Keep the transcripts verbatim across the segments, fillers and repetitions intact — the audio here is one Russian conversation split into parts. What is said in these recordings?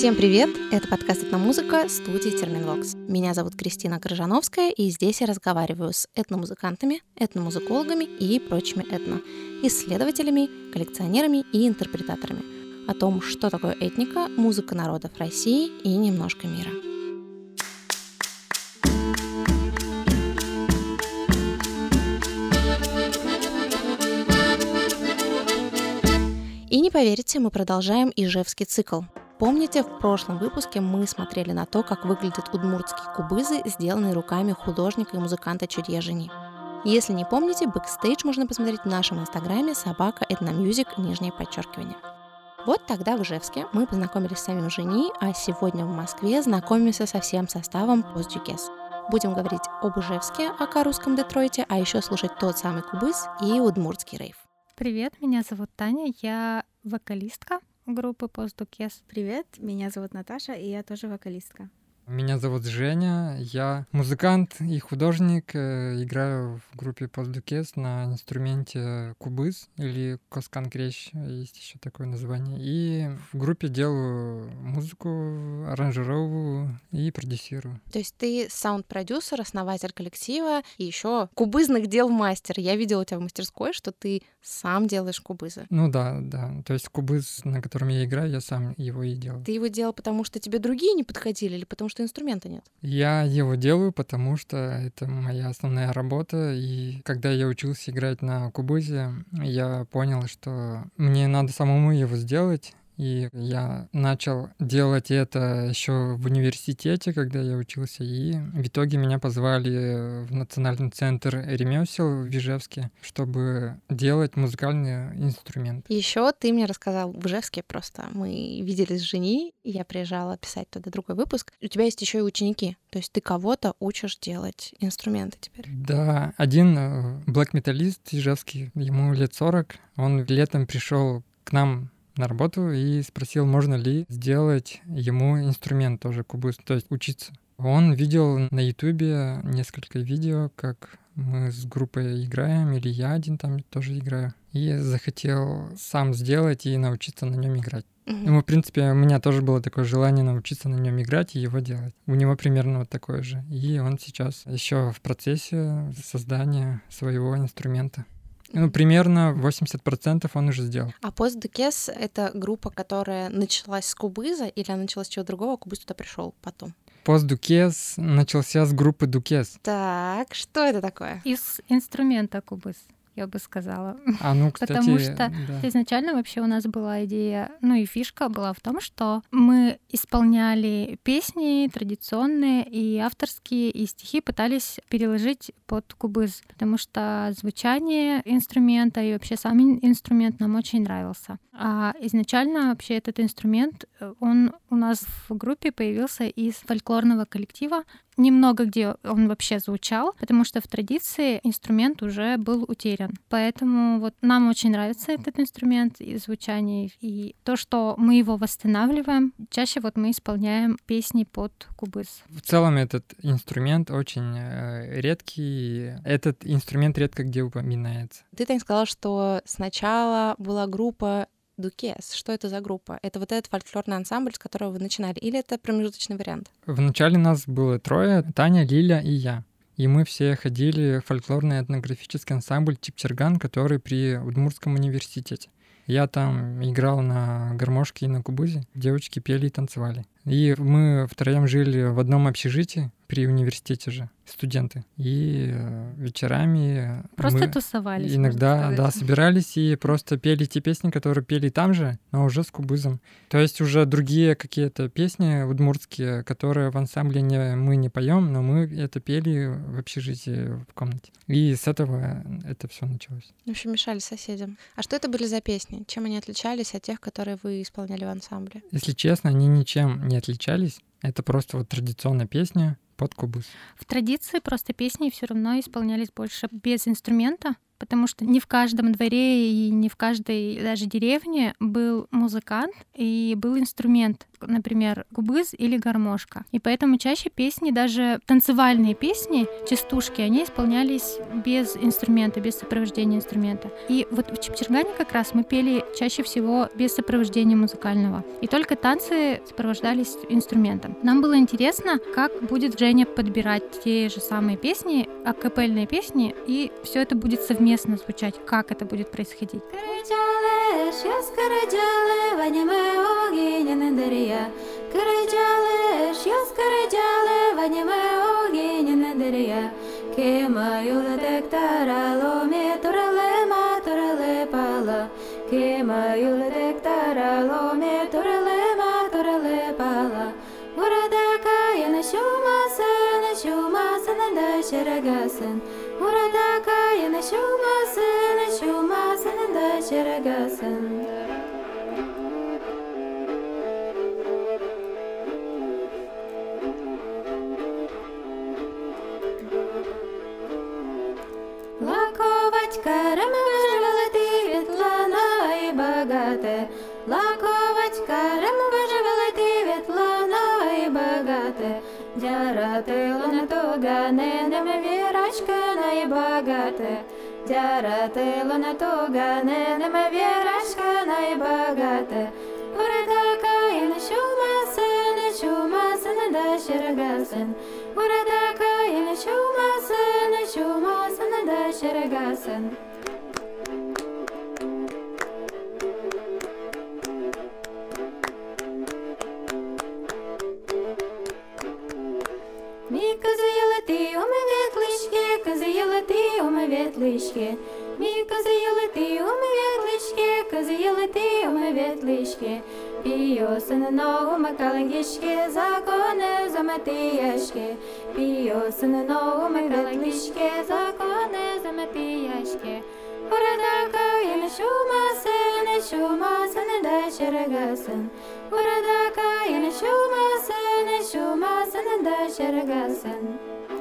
Всем привет! Это подкаст «Этномузыка» студии Терминвокс. Меня зовут Кристина Крыжановская, и здесь я разговариваю с этномузыкантами, этномузыкологами и прочими этно, исследователями, коллекционерами и интерпретаторами о том, что такое этника, музыка народов России и немножко мира. И не поверите, мы продолжаем ижевский цикл. Помните, в прошлом выпуске мы смотрели на то, как выглядят удмуртские кубызы, сделанные руками художника и музыканта Чудье Жени. Если не помните, бэкстейдж можно посмотреть в нашем инстаграме собака этномьюзик, нижнее подчеркивание. Вот тогда в Ижевске мы познакомились с самим Жени, а сегодня в Москве знакомимся со всем составом «Постдюкес». Будем говорить об Ижевске, о русском Детройте, а еще слушать тот самый кубыз и удмуртский рейв. Привет, меня зовут Таня, я вокалистка группы «Постдюкес». Привет, меня зовут Наташа, и я тоже вокалистка. Меня зовут Женя, я музыкант и художник, играю в группе «Постдюкес» на инструменте кубыз или коскан-крещ, есть еще такое название. И в группе делаю музыку, аранжировую и продюсирую. То есть ты саунд-продюсер, основатель коллектива и еще кубызных дел мастер. Я видела у тебя в мастерской, что ты сам делаешь кубызы. Ну да, да. То есть кубыз, на котором я играю, я сам его и делал. Ты его делал, потому что тебе другие не подходили или потому что инструмента нет? Я его делаю, потому что это моя основная работа, и когда я учился играть на кубызе, я понял, что мне надо самому его сделать. И я начал делать это еще в университете, когда я учился, и в итоге меня позвали в Национальный центр ремесел в Ижевске, чтобы делать музыкальный инструмент. Еще ты мне рассказал в Ижевске просто. Мы виделись с Жени, и я приезжала писать туда другой выпуск. У тебя есть еще и ученики, то есть ты кого-то учишь делать инструменты теперь. Да, один блэк-металлист ижевский, ему лет сорок, он летом пришел к нам на работу и спросил, можно ли сделать ему инструмент тоже кубыз, то есть учиться. Он видел на Ютубе несколько видео, как мы с группой играем, или я один там тоже играю, и захотел сам сделать и научиться на нем играть. Mm-hmm. Ну, в принципе, у меня тоже было такое желание научиться на нем играть и его делать. У него примерно вот такое же. И он сейчас еще в процессе создания своего инструмента. Ну, примерно восемьдесят процентов он уже сделал. А «Постдюкес» — это группа, которая началась с кубыза, или она началась с чего-то другого, а кубыз туда пришел потом? «Постдюкес» начался с группы «Дюкес». Так, что это такое? Из инструмента кубыз, я бы сказала. А, ну, кстати, Потому что да. изначально вообще у нас была идея, ну и фишка была в том, что мы исполняли песни традиционные и авторские, и стихи пытались переложить под кубыз, потому что звучание инструмента и вообще сам инструмент нам очень нравился. А изначально вообще этот инструмент, он у нас в группе появился из фольклорного коллектива. Немного где он вообще звучал, потому что в традиции инструмент уже был утерян. Поэтому вот нам очень нравится этот инструмент и звучание, и то, что мы его восстанавливаем. Чаще вот мы исполняем песни под кубыз. В целом этот инструмент очень э, редкий. Этот инструмент редко где упоминается. Ты так сказала, что сначала была группа «Дюкес». Что это за группа? Это вот этот фольклорный ансамбль, с которого вы начинали, или это промежуточный вариант? Вначале нас было трое: Таня, Лиля и я. И мы все ходили в фольклорный этнографический ансамбль «Типчерган», который при Удмуртском университете. Я там играл на гармошке и на кубызе. Девочки пели и танцевали. И мы втроем жили в одном общежитии при университете же, студенты. И вечерами просто мы тусовались. иногда, да, собирались и просто пели те песни, которые пели там же, но уже с кубызом. То есть уже другие какие-то песни удмуртские, которые в ансамбле не, мы не поем, но мы это пели в общежитии в комнате. И с этого это все началось. В общем, мешали соседям. А что это были за песни? Чем они отличались от тех, которые вы исполняли в ансамбле? Если честно, они ничем не отличались. Это просто вот традиционная песня под кубыз. В традиции просто песни все равно исполнялись больше без инструмента, потому что не в каждом дворе и не в каждой даже деревне был музыкант и был инструмент, например, кубыз или гармошка. И поэтому чаще песни, даже танцевальные песни, частушки, они исполнялись без инструмента, без сопровождения инструмента. И вот в Чебчергане как раз мы пели чаще всего без сопровождения музыкального. И только танцы сопровождались инструментом. Нам было интересно, как будет Женя подбирать те же самые песни, акапельные песни, и все это будет совместно звучать, как это будет происходить. Лаковать карами выживала ты, ветлана и богатая. Лаковать карами выживала ты, ветлана и богатая. Дяратила на тугане, нами верочка наибогатая. Дяратила на тугане, нами верочка наибогатая. Урадакая на шумасын, на шумасын, да шергасын. Урадакая на шумасын, на шумасын, да шергасын. Ми казала ти, уме ветлишке, казала ти, уме ветлишке. Ми казала ти, уме ветлишке, казала ти, уме ветлишке. Пиосен но уме калангишке, законе заметияшке. Пиосен но уме калангишке, законе заметияшке. Урадака и на шумаsen, на шумаsen, да шергаsen. Урадака и на шумаsen, на шумаsen, да шергаsen.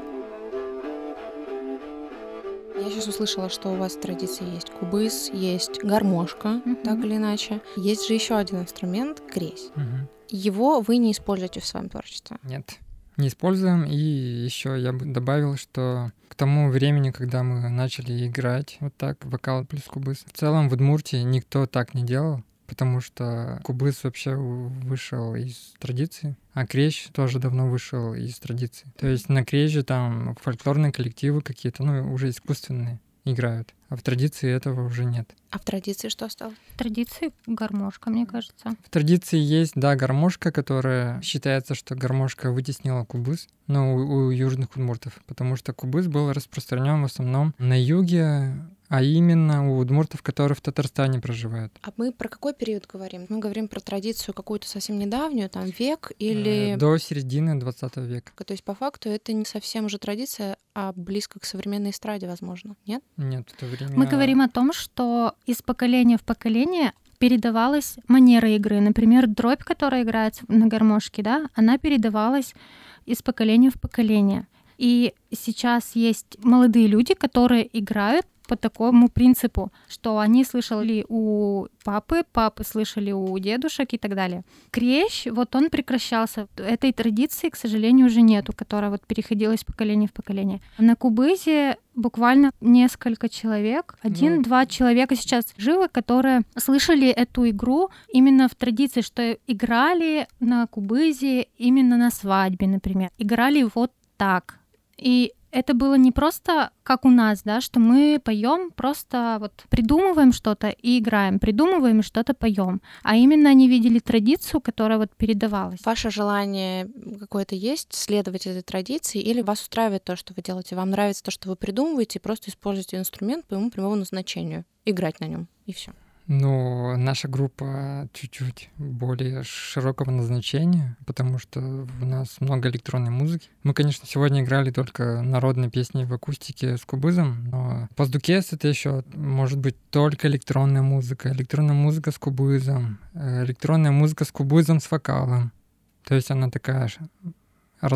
Я сейчас услышала, что у вас в традиции есть кубыз, есть гармошка, Mm-hmm. так или иначе. Есть же еще один инструмент — кресь. Мгм. Его вы не используете в своем творчестве. Нет, не используем. И еще я бы добавил, что к тому времени, когда мы начали играть вот так, вокал плюс кубыз, в целом в Удмуртии никто так не делал, потому что кубыз вообще вышел из традиции, а крещ тоже давно вышел из традиции. То есть на креще там фольклорные коллективы какие-то, ну, уже искусственные играют, а в традиции этого уже нет. А в традиции что осталось? В традиции гармошка, мне кажется. В традиции есть, да, гармошка, которая считается, что гармошка вытеснила кубыз, но у, у южных удмуртов, потому что кубыз был распространен в основном на юге, а именно у удмуртов, которые в Татарстане проживают. А мы про какой период говорим? Мы говорим про традицию какую-то совсем недавнюю, там век или... Э, До середины двадцатого века. То есть по факту это не совсем уже традиция, а близко к современной эстраде, возможно, нет? Нет, в то время... Мы говорим о том, что из поколения в поколение передавалась манера игры. Например, дробь, которая играется на гармошке, да, она передавалась из поколения в поколение. И сейчас есть молодые люди, которые играют по такому принципу, что они слышали у папы, папы слышали у дедушек и так далее. Крещ, вот он прекращался. Этой традиции, к сожалению, уже нету, которая вот переходила из поколения в поколение. На кубызе буквально несколько человек, один-два человека сейчас живы, которые слышали эту игру именно в традиции, что играли на кубызе именно на свадьбе, например. Играли вот так. И это было не просто как у нас, да, что мы поем, просто вот придумываем что-то и играем, придумываем и что-то поем. А именно они видели традицию, которая вот передавалась. Ваше желание какое-то есть следовать этой традиции, или вас устраивает то, что вы делаете? Вам нравится то, что вы придумываете, и просто используете инструмент по ему прямому назначению, играть на нем, и все. Ну, наша группа чуть-чуть более широкого назначения, потому что у нас много электронной музыки. Мы, конечно, сегодня играли только народные песни в акустике с кубызом, но паздукес — это еще может быть только электронная музыка, электронная музыка с кубызом, электронная музыка с кубызом с вокалом. То есть она такая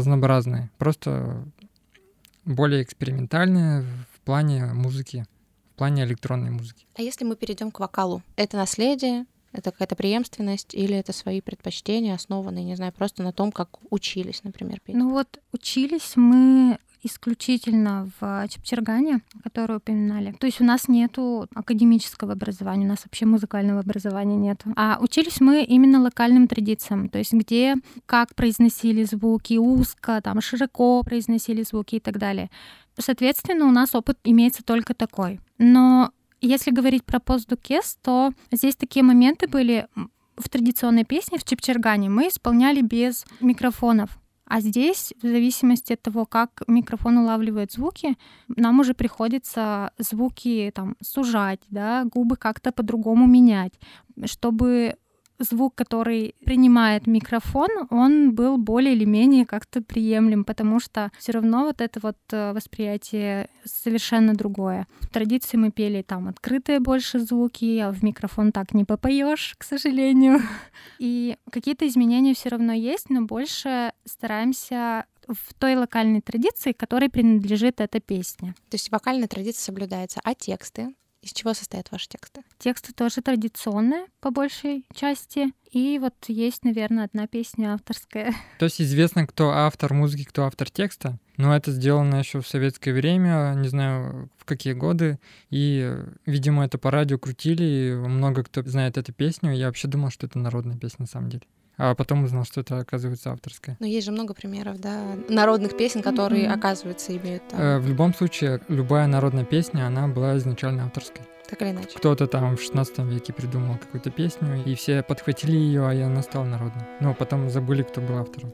разнообразная, просто более экспериментальная в плане музыки, в плане электронной музыки. А если мы перейдем к вокалу, это наследие, это какая-то преемственность или это свои предпочтения, основанные, не знаю, просто на том, как учились, например, петь? Ну вот учились мы исключительно в Чебчергане, которую упоминали. То есть у нас нету академического образования, у нас вообще музыкального образования нету. А учились мы именно локальным традициям, то есть где как произносили звуки, узко, там широко произносили звуки и так далее. Соответственно, у нас опыт имеется только такой. Но если говорить про постдукес, то здесь такие моменты были в традиционной песне в Чебчергане. Мы исполняли без микрофонов. А здесь, в зависимости от того, как микрофон улавливает звуки, нам уже приходится звуки там сужать, да, губы как-то по-другому менять, чтобы звук, который принимает микрофон, он был более или менее как-то приемлем, потому что все равно вот это вот восприятие совершенно другое. В традиции мы пели там открытые больше звуки, а в микрофон так не попоешь, к сожалению. И какие-то изменения все равно есть, но больше стараемся в той локальной традиции, которой принадлежит эта песня. То есть вокальная традиция соблюдается, а тексты? Из чего состоят ваши тексты? Тексты тоже традиционные, по большей части. И вот есть, наверное, одна песня авторская. То есть известно, кто автор музыки, кто автор текста, но это сделано еще в советское время, не знаю, в какие годы. И, видимо, это по радио крутили, и много кто знает эту песню. Я вообще думал, что это народная песня на самом деле. А потом узнал, что это, оказывается, авторская. Но есть же много примеров, да, народных песен, которые, mm-hmm. оказывается, имеют... Там... В любом случае, любая народная песня, она была изначально авторской. Так или иначе. Кто-то там в шестнадцатом веке придумал какую-то песню, и все подхватили ее, и она стала народной. Но потом забыли, кто был автором.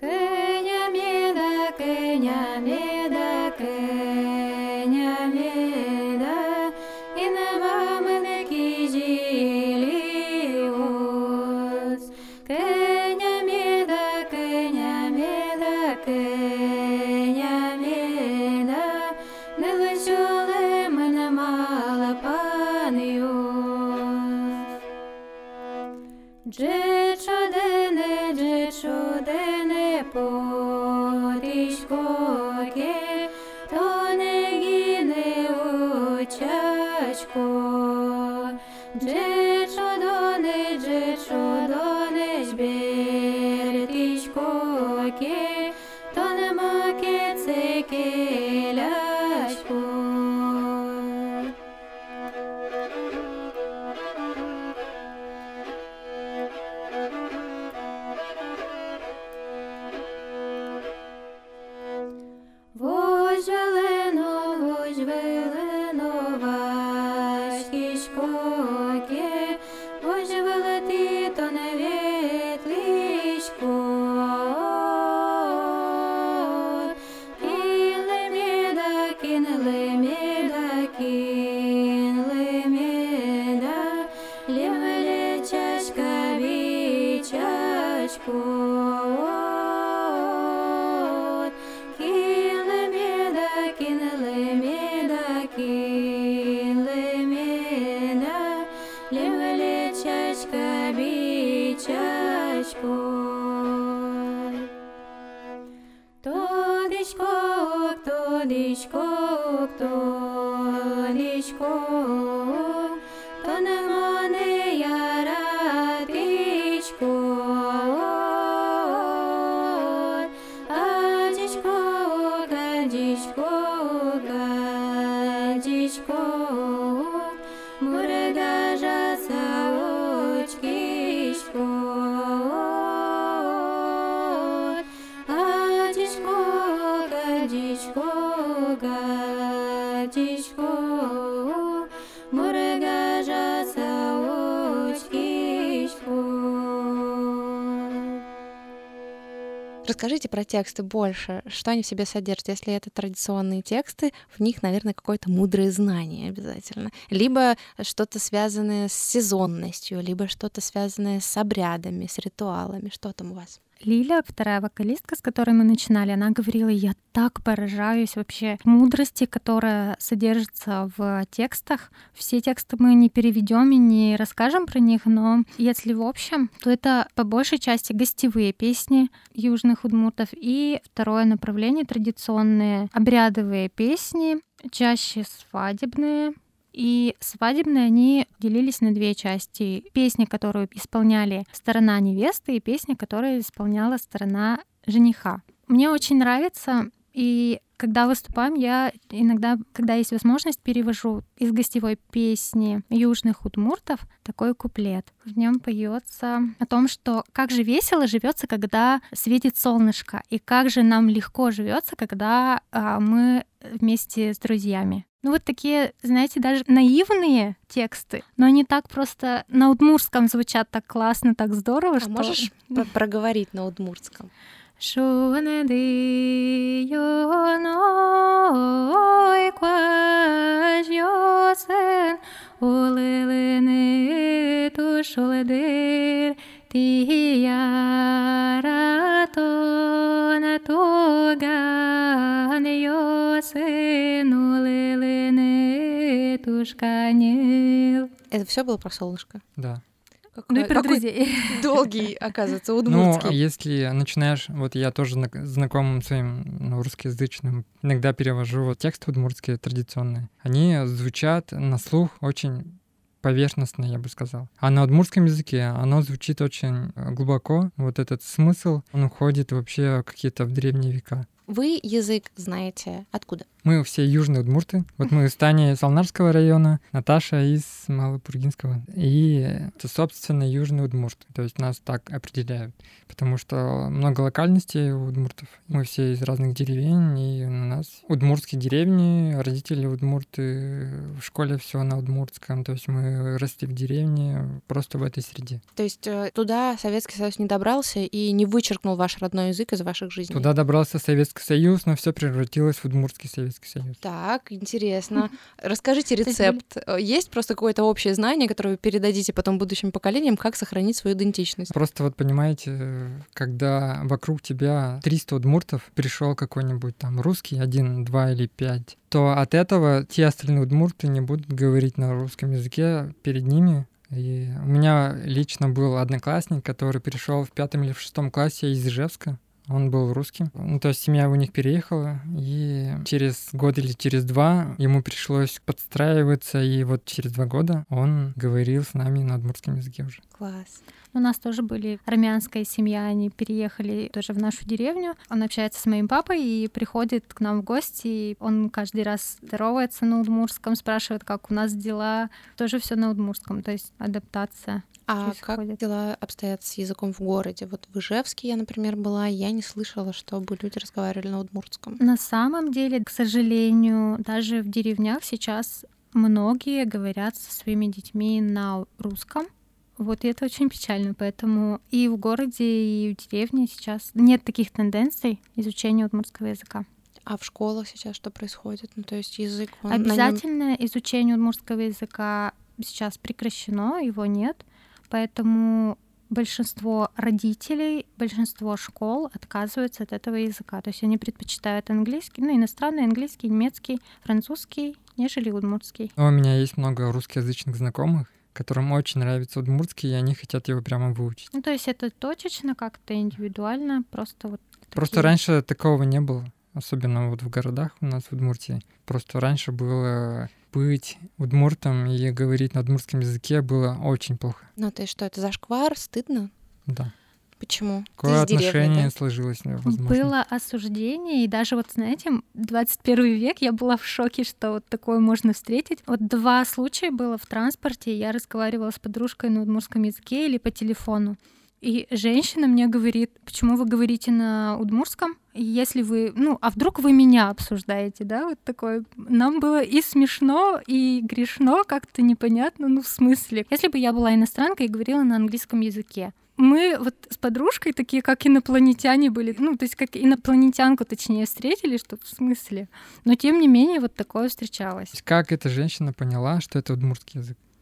Расскажите про тексты больше. Что они в себе содержат? Если это традиционные тексты, в них, наверное, какое-то мудрое знание обязательно. Либо что-то связанное с сезонностью, либо что-то связанное с обрядами, с ритуалами. Что там у вас? Лиля, вторая вокалистка, с которой мы начинали, она говорила, я так поражаюсь вообще мудрости, которая содержится в текстах. Все тексты мы не переведем и не расскажем про них, но если в общем, то это по большей части гостевые песни южных удмуртов. И второе направление — традиционные обрядовые песни, чаще свадебные, И свадебные они делились на две части. Песни, которую исполняли сторона невесты, и песни, которые исполняла сторона жениха. Мне очень нравится, и когда выступаем, я иногда, когда есть возможность, перевожу из гостевой песни южных удмуртов такой куплет. В нем поется о том, что как же весело живется, когда светит солнышко, и как же нам легко живется, когда а, мы вместе с друзьями. Ну вот такие, знаете, даже наивные тексты, но они так просто на удмуртском звучат так классно, так здорово, а что... можешь проговорить на удмуртском? Шунеди йоной кваж йосен улилини тушуледир тияратон туган йосен улилини тушканил. Это все было про солнышко? Да. Какой, ну и про друзей. Долгий, оказывается, удмуртский. Ну, если начинаешь... Вот я тоже знакомым своим ну, русскоязычным иногда перевожу вот тексты удмуртские традиционные. Они звучат на слух очень поверхностно, я бы сказал. А на удмуртском языке оно звучит очень глубоко. Вот этот смысл, он уходит вообще какие-то в древние века. Вы язык знаете откуда? Мы все южные удмурты. Вот мы из Тани Салнарского района, Наташа из Малопургинского. И это, собственно, южные удмурты. То есть нас так определяют. Потому что много локальностей у удмуртов. Мы все из разных деревень, и у нас удмуртские деревни, родители удмурты, в школе все на удмуртском. То есть мы росли в деревне просто в этой среде. То есть туда Советский Союз не добрался и не вычеркнул ваш родной язык из ваших жизней? Туда добрался Советский Союз, но все превратилось в удмуртский Советский Союз. Так, интересно. Расскажите рецепт. Есть просто какое-то общее знание, которое вы передадите потом будущим поколениям, как сохранить свою идентичность? Просто вот понимаете, когда вокруг тебя триста удмуртов, пришел какой-нибудь там русский, один, два или пять, то от этого те остальные удмурты не будут говорить на русском языке перед ними. И у меня лично был одноклассник, который перешел в пятом или в шестом классе из Ижевска. Он был русским. Ну, то есть семья у них переехала, и через год или через два ему пришлось подстраиваться, и вот через два года он говорил с нами на удмуртском языке уже. Класс. У нас тоже были армянская семья, они переехали тоже в нашу деревню. Он общается с моим папой и приходит к нам в гости. И он каждый раз здоровается на удмуртском, спрашивает, как у нас дела. Тоже все на удмуртском, то есть адаптация. А происходит. Как дела обстоят с языком в городе? Вот в Ижевске я, например, была, я не слышала, чтобы люди разговаривали на удмуртском. На самом деле, к сожалению, даже в деревнях сейчас многие говорят со своими детьми на русском. Вот, и это очень печально, поэтому и в городе, и в деревне сейчас нет таких тенденций изучения удмуртского языка. А в школах сейчас что происходит? Ну, то есть язык... Он Обязательное нем... изучение удмуртского языка сейчас прекращено, его нет, поэтому большинство родителей, большинство школ отказываются от этого языка. То есть они предпочитают английский, ну, иностранный, английский, немецкий, французский, нежели удмуртский. У меня есть много русскоязычных знакомых, которым очень нравится удмуртский, и они хотят его прямо выучить. Ну, то есть это точечно, как-то индивидуально, просто вот Просто такие... раньше такого не было, особенно вот в городах у нас в Удмуртии. Просто раньше было быть удмуртом и говорить на удмуртском языке было очень плохо. Ну, то есть что, это зашквар? Стыдно? Да. Почему? Какое отношение деревни, да? сложилось, возможно. Было осуждение, и даже вот, знаете, двадцать первый век, я была в шоке, что вот такое можно встретить. Вот два случая было в транспорте, я разговаривала с подружкой на удмуртском языке или по телефону. И женщина мне говорит, почему вы говорите на удмуртском, если вы, ну, а вдруг вы меня обсуждаете, да, вот такое. Нам было и смешно, и грешно, как-то непонятно, ну, в смысле. Если бы я была иностранкой и говорила на английском языке, мы вот с подружкой такие, как инопланетяне были, ну, то есть как инопланетянку, точнее, встретили, что в смысле. Но, тем не менее, вот такое встречалось. Как эта женщина поняла, что это удмуртский язык?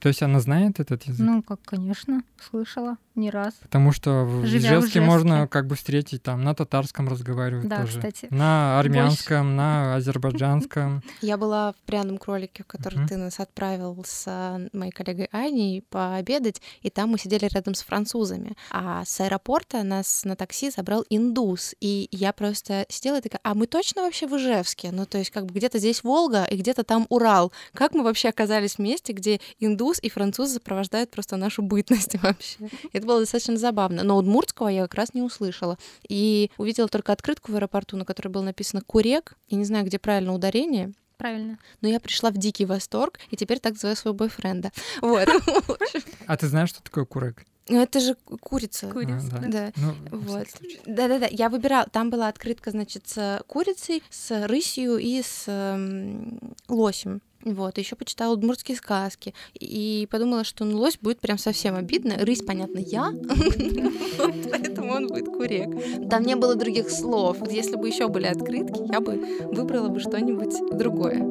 То есть она знает этот язык? Ну, как, конечно, слышала не раз. Потому что в Живя в Ижевске Ижевске. можно как бы встретить там на татарском разговаривают Да, тоже. кстати. На армянском, на азербайджанском. Я была в «Пряном кролике», в который Мгм. ты нас отправил с а, моей коллегой Аней пообедать, и там мы сидели рядом с французами. А с аэропорта нас на такси забрал индус, и я просто сидела и такая, а мы точно вообще в Ижевске? Ну, то есть как бы где-то здесь Волга, и где-то там Урал. Как мы вообще оказались в месте, где индус и француз сопровождают просто нашу бытность вообще? Это было достаточно забавно. Но удмуртского я как раз не услышала. И увидела только открытку в аэропорту, на которой было написано «Курек». Я не знаю, где правильно ударение, Правильно. но я пришла в дикий восторг, и теперь так называю своего бойфренда. Вот. А ты знаешь, что такое курек? Ну, это же курица. Курица, А, да. Да. Ну, на Вот. всякий случай. Да-да-да, я выбирала. Там была открытка, значит, с курицей, с рысью и с эм, лосем. Вот, еще почитала удмуртские сказки и подумала, что ну, лось будет прям совсем обидно. Рысь, понятно, я, поэтому он будет курек. Там не было других слов. Вот если бы еще были открытки, я бы выбрала бы что-нибудь другое.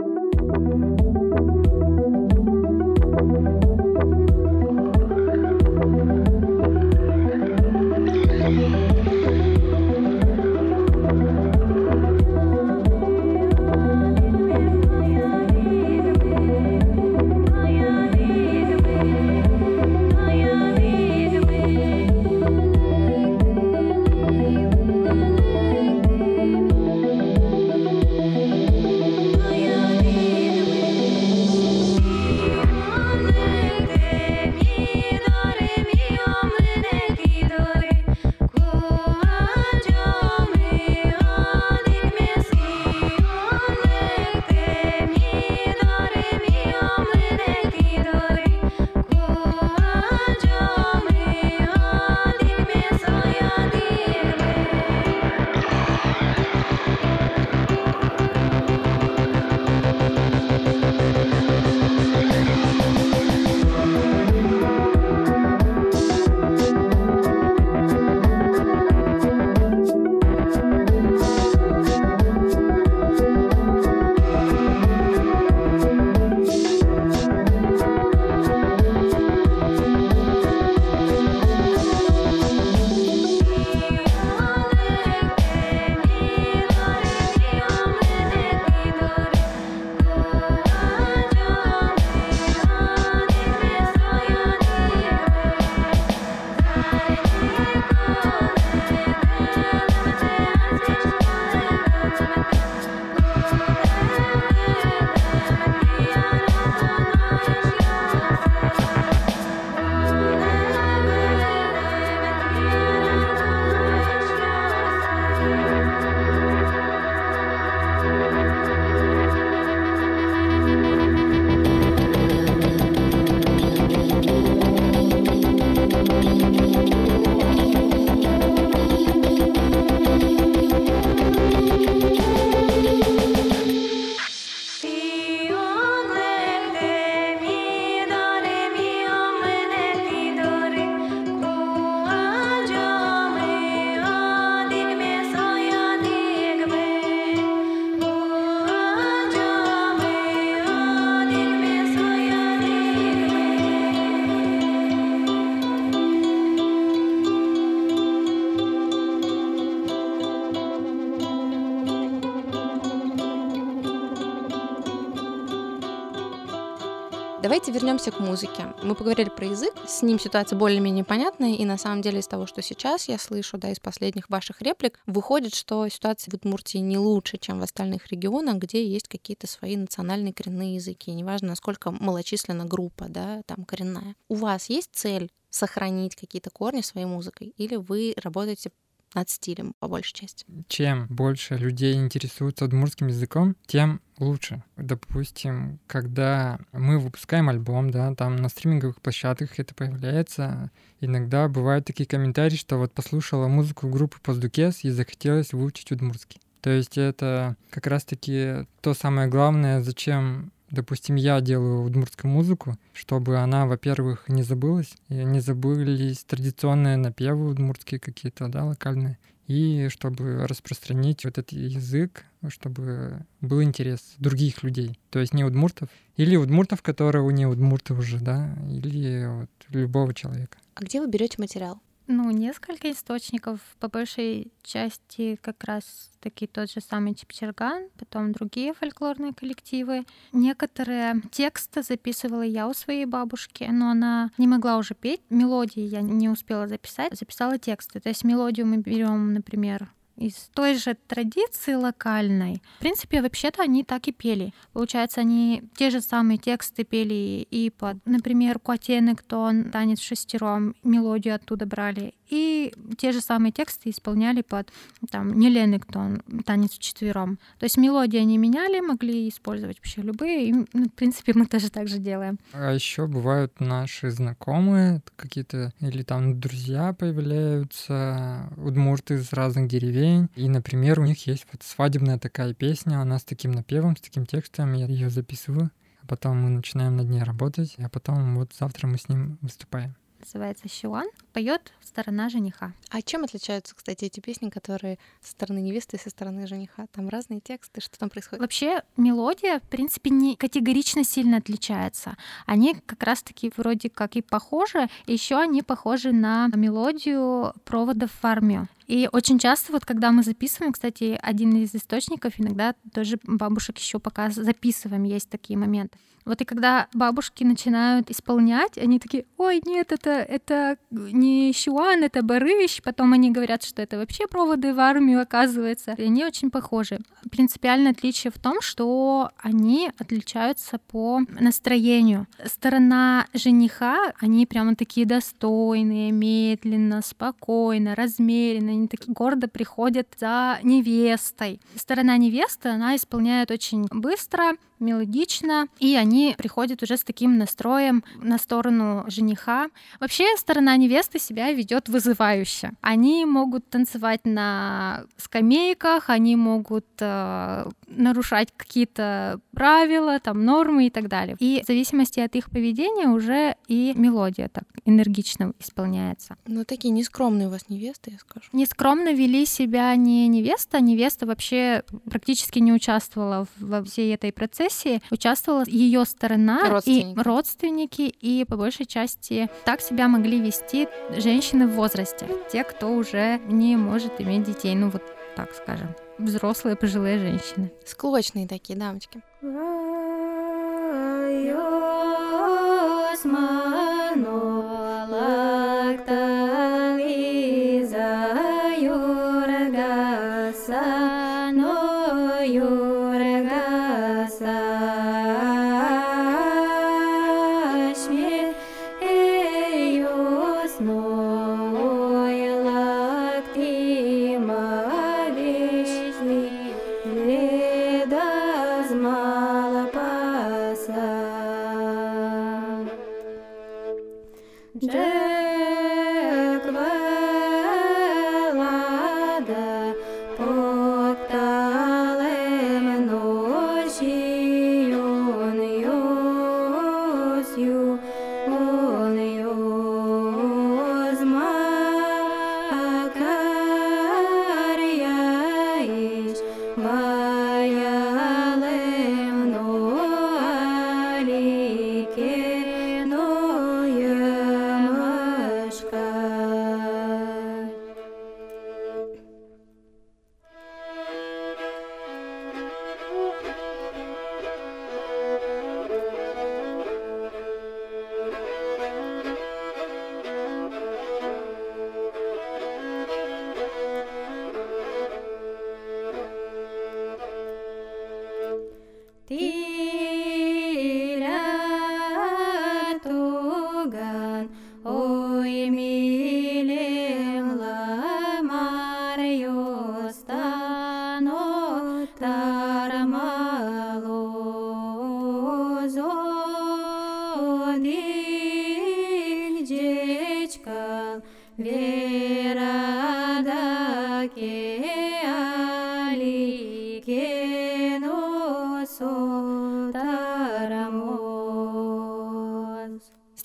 Давайте вернемся к музыке. Мы поговорили про язык, с ним ситуация более-менее понятная, и на самом деле из того, что сейчас я слышу, да, из последних ваших реплик, выходит, что ситуация в Удмуртии не лучше, чем в остальных регионах, где есть какие-то свои национальные коренные языки, неважно, насколько малочисленна группа, да, там коренная. У вас есть цель сохранить какие-то корни своей музыкой, или вы работаете над стилем, по большей части? Чем больше людей интересуются удмуртским языком, тем лучше. Допустим, когда мы выпускаем альбом, да, там на стриминговых площадках это появляется, иногда бывают такие комментарии, что вот послушала музыку группы Поздукес и захотелось выучить удмуртский. То есть это как раз-таки то самое главное, зачем, допустим, я делаю удмуртскую музыку, чтобы она, во-первых, не забылась, и не забылись традиционные напевы удмуртские какие-то, да, локальные. и чтобы распространить вот этот язык, чтобы был интерес других людей. То есть не удмуртов, или удмуртов, которые не удмурты уже, да, или вот любого человека. А где вы берете материал? Ну, несколько источников. По большей части как раз таки тот же самый Чепчерган, потом другие фольклорные коллективы. Некоторые тексты записывала я у своей бабушки, но она не могла уже петь. Мелодии я не успела записать, записала тексты. То есть мелодию мы берем, например, из той же традиции локальной. В принципе, вообще-то они так и пели. Получается, они те же самые тексты пели и под, например, Куатенектон, танец в шестером, мелодию оттуда брали, и те же самые тексты исполняли под там Неленектон, танец в четвером. То есть мелодии они меняли, могли использовать вообще любые, и, ну, в принципе, мы тоже так же делаем. А еще бывают наши знакомые какие-то, или там друзья появляются, удмурты из разных деревень. И, например, у них есть вот свадебная такая песня, она с таким напевом, с таким текстом, я ее записываю, а потом мы начинаем над ней работать, а потом вот завтра мы с ним выступаем. Называется «Щуан», поет сторона жениха. А чем отличаются, кстати, эти песни, которые со стороны невесты и со стороны жениха? Там разные тексты, что там происходит? Вообще мелодия, в принципе, не категорично сильно отличается. Они как раз-таки вроде как и похожи, еще они похожи на мелодию проводов в армию. И очень часто, вот когда мы записываем, кстати, один из источников, иногда тоже бабушек еще пока записываем, есть такие моменты. Вот и когда бабушки начинают исполнять, они такие: ой, нет, это, это не Щуан, это Барыш. Потом они говорят, что это вообще проводы в армию, оказывается. И они очень похожи. Принципиальное отличие в том, что они отличаются по настроению. Сторона жениха, они прямо такие достойные, медленно, спокойно, размеренно. Они такие гордо приходят за невестой. Сторона невесты, она исполняет очень быстро, мелодично, и они приходят уже с таким настроем на сторону жениха. Вообще сторона невесты себя ведет вызывающе. Они могут танцевать на скамейках, они могут э, нарушать какие-то правила, там, нормы и так далее. И в зависимости от их поведения уже и мелодия так энергично исполняется. Ну, такие нескромные у вас невесты, я скажу. Нескромно вели себя не невеста, невеста вообще практически не участвовала во всей этой процессе, участвовала ее сторона родственники. и родственники, и по большей части так себя могли вести женщины в возрасте, те, кто уже не может иметь детей, ну вот так скажем, взрослые пожилые женщины. Склочные такие дамочки.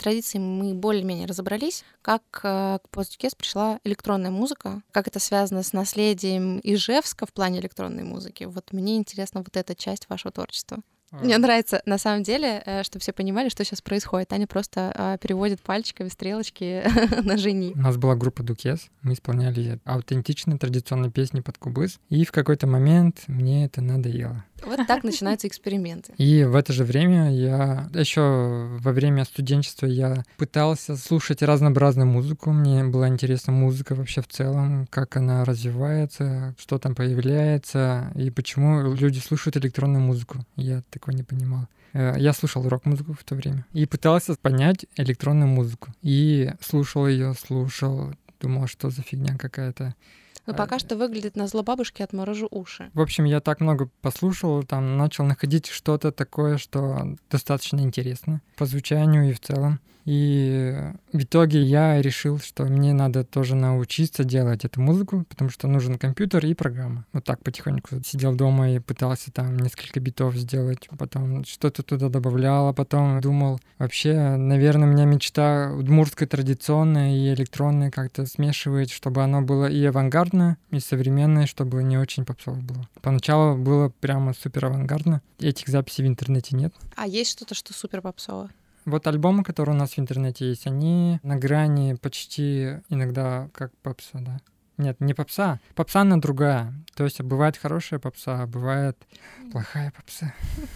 традицией мы более-менее разобрались. Как к постдукес пришла электронная музыка? Как это связано с наследием Ижевска в плане электронной музыки? Вот мне интересна вот эта часть вашего творчества. Мне нравится, на самом деле, чтобы все понимали, что сейчас происходит. Таня просто переводит пальчиками стрелочки на «жени». У нас была группа Дукес, мы исполняли аутентичные традиционные песни под кубыз, и в какой-то момент мне это надоело. Вот так начинаются эксперименты. И в это же время я... Еще во время студенчества я пытался слушать разнообразную музыку. Мне была интересна музыка вообще в целом, как она развивается, что там появляется, и почему люди слушают электронную музыку. Я такого не понимал. Я слушал рок-музыку в то время и пытался понять электронную музыку. И слушал ее, слушал, думал, что за фигня какая-то. Но пока что выглядит назло бабушке «отморожу уши». В общем, я так много послушал, там начал находить что-то такое, что достаточно интересно по звучанию и в целом. И в итоге я решил, что мне надо тоже научиться делать эту музыку, потому что нужен компьютер и программа. Вот так потихоньку сидел дома и пытался там несколько битов сделать, потом что-то туда добавлял, а потом думал, вообще, наверное, у меня мечта удмуртская традиционная и электронная как-то смешивать, чтобы оно было и авангардно, и современное, чтобы не очень попсово было. Поначалу было прямо супер авангардно. Этих записей в интернете нет. А есть что-то, что супер попсово? Вот альбомы, которые у нас в интернете есть, они на грани почти иногда как попса, да. Нет, не попса. Попса она другая. То есть бывает хорошая попса, а бывает плохая попса.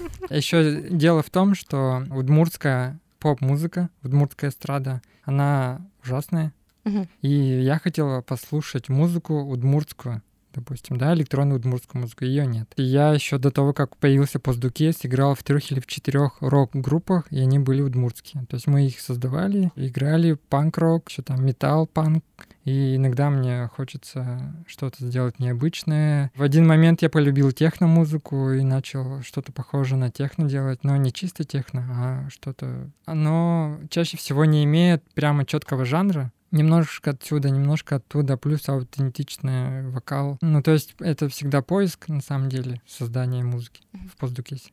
Еще дело в том, что удмуртская поп-музыка, удмуртская эстрада, она ужасная. И я хотела послушать музыку удмуртскую. Допустим, да, электронную удмуртскую музыку, ее нет. И я еще до того, как появился постдукес, играл в трех или в четырех рок-группах, и они были удмуртские. То есть мы их создавали, играли панк-рок, еще там металл-панк. И иногда мне хочется что-то сделать необычное. В один момент я полюбил техно-музыку и начал что-то похожее на техно делать, но не чисто техно, а что-то... Оно чаще всего не имеет прямо четкого жанра. Немножко отсюда, немножко оттуда, плюс аутентичный вокал. Ну, то есть это всегда поиск, на самом деле, создания музыки в постдукесе.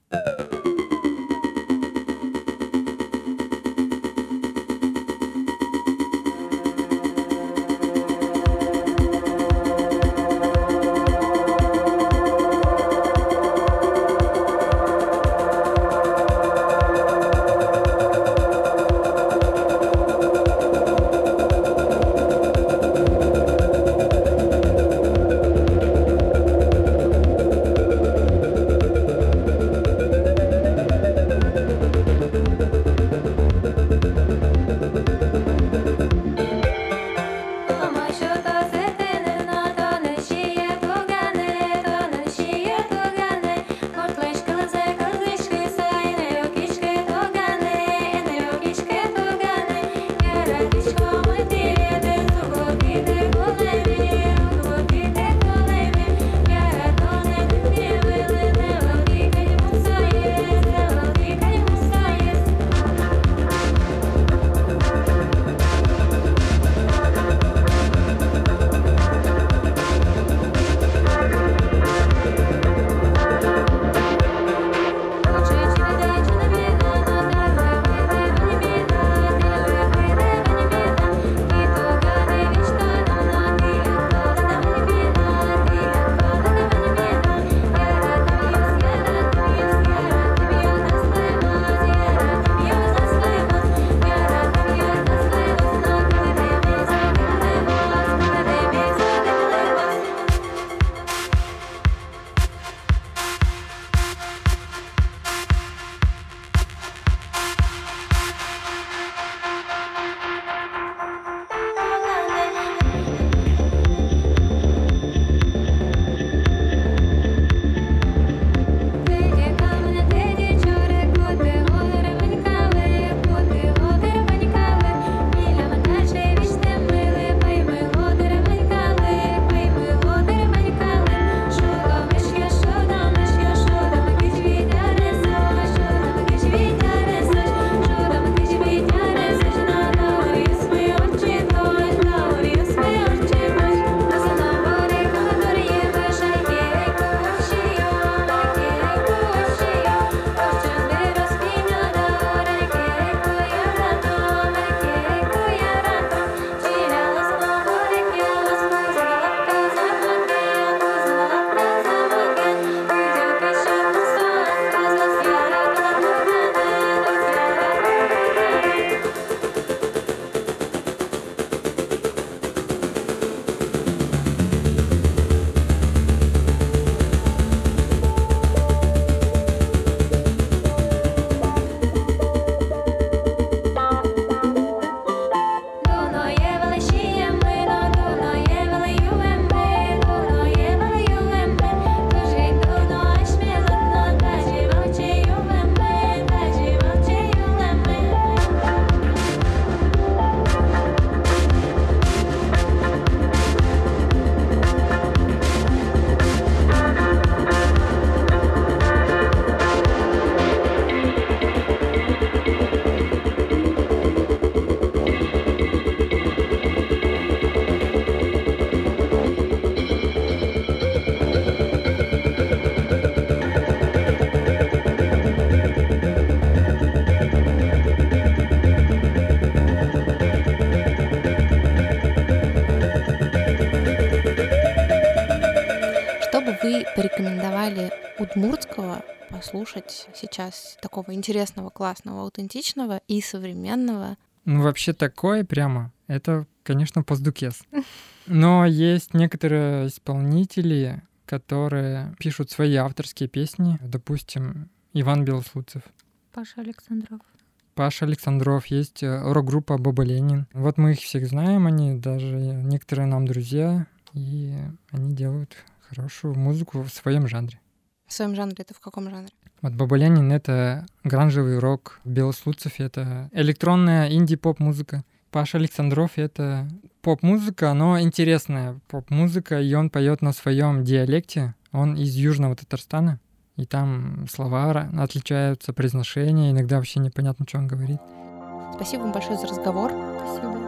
порекомендовали удмуртского послушать сейчас, такого интересного, классного, аутентичного и современного. Ну, вообще такое прямо, это, конечно, Поздукес. Но есть некоторые исполнители, которые пишут свои авторские песни. Допустим, Иван Белослудцев. Паша Александров. Паша Александров, есть рок-группа Боба Ленин. Вот мы их всех знаем, они даже некоторые нам друзья, и они делают хорошую музыку в своем жанре. В своем жанре это в каком жанре? Вот Боба Ленин — это гранжевый рок, Белослудцев — это электронная инди-поп-музыка. Паша Александров — это поп-музыка, но интересная поп-музыка, и он поет на своем диалекте. Он из Южного Татарстана. И там слова отличаются, произношение, иногда вообще непонятно, что он говорит. Спасибо вам большое за разговор. Спасибо.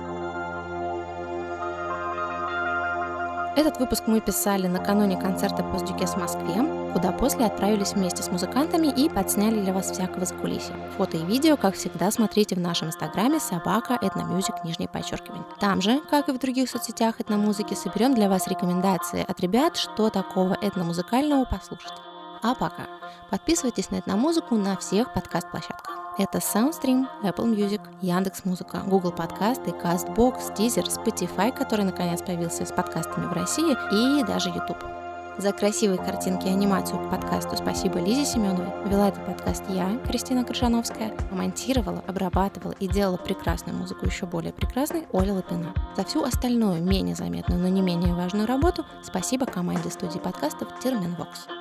Этот выпуск мы писали накануне концерта Поздукес в Москве, куда после отправились вместе с музыкантами и подсняли для вас всякого закулисья. Фото и видео, как всегда, смотрите в нашем инстаграме собака этномьюзик нижнее подчеркивание. Там же, как и в других соцсетях этномузыки, соберем для вас рекомендации от ребят, что такого этномузыкального послушать. А пока подписывайтесь на этномузыку на всех подкаст-площадках. Это Soundstream, Apple Music, Яндекс.Музыка, Google Подкасты, CastBox, Deezer, Spotify, который наконец появился с подкастами в России, и даже YouTube. За красивые картинки и анимацию к подкасту спасибо Лизе Семеновой. Вела этот подкаст я, Кристина Крыжановская. Монтировала, обрабатывала и делала прекрасную музыку, еще более прекрасной, Оля Лапина. За всю остальную, менее заметную, но не менее важную работу спасибо команде студии подкастов Терминвокс.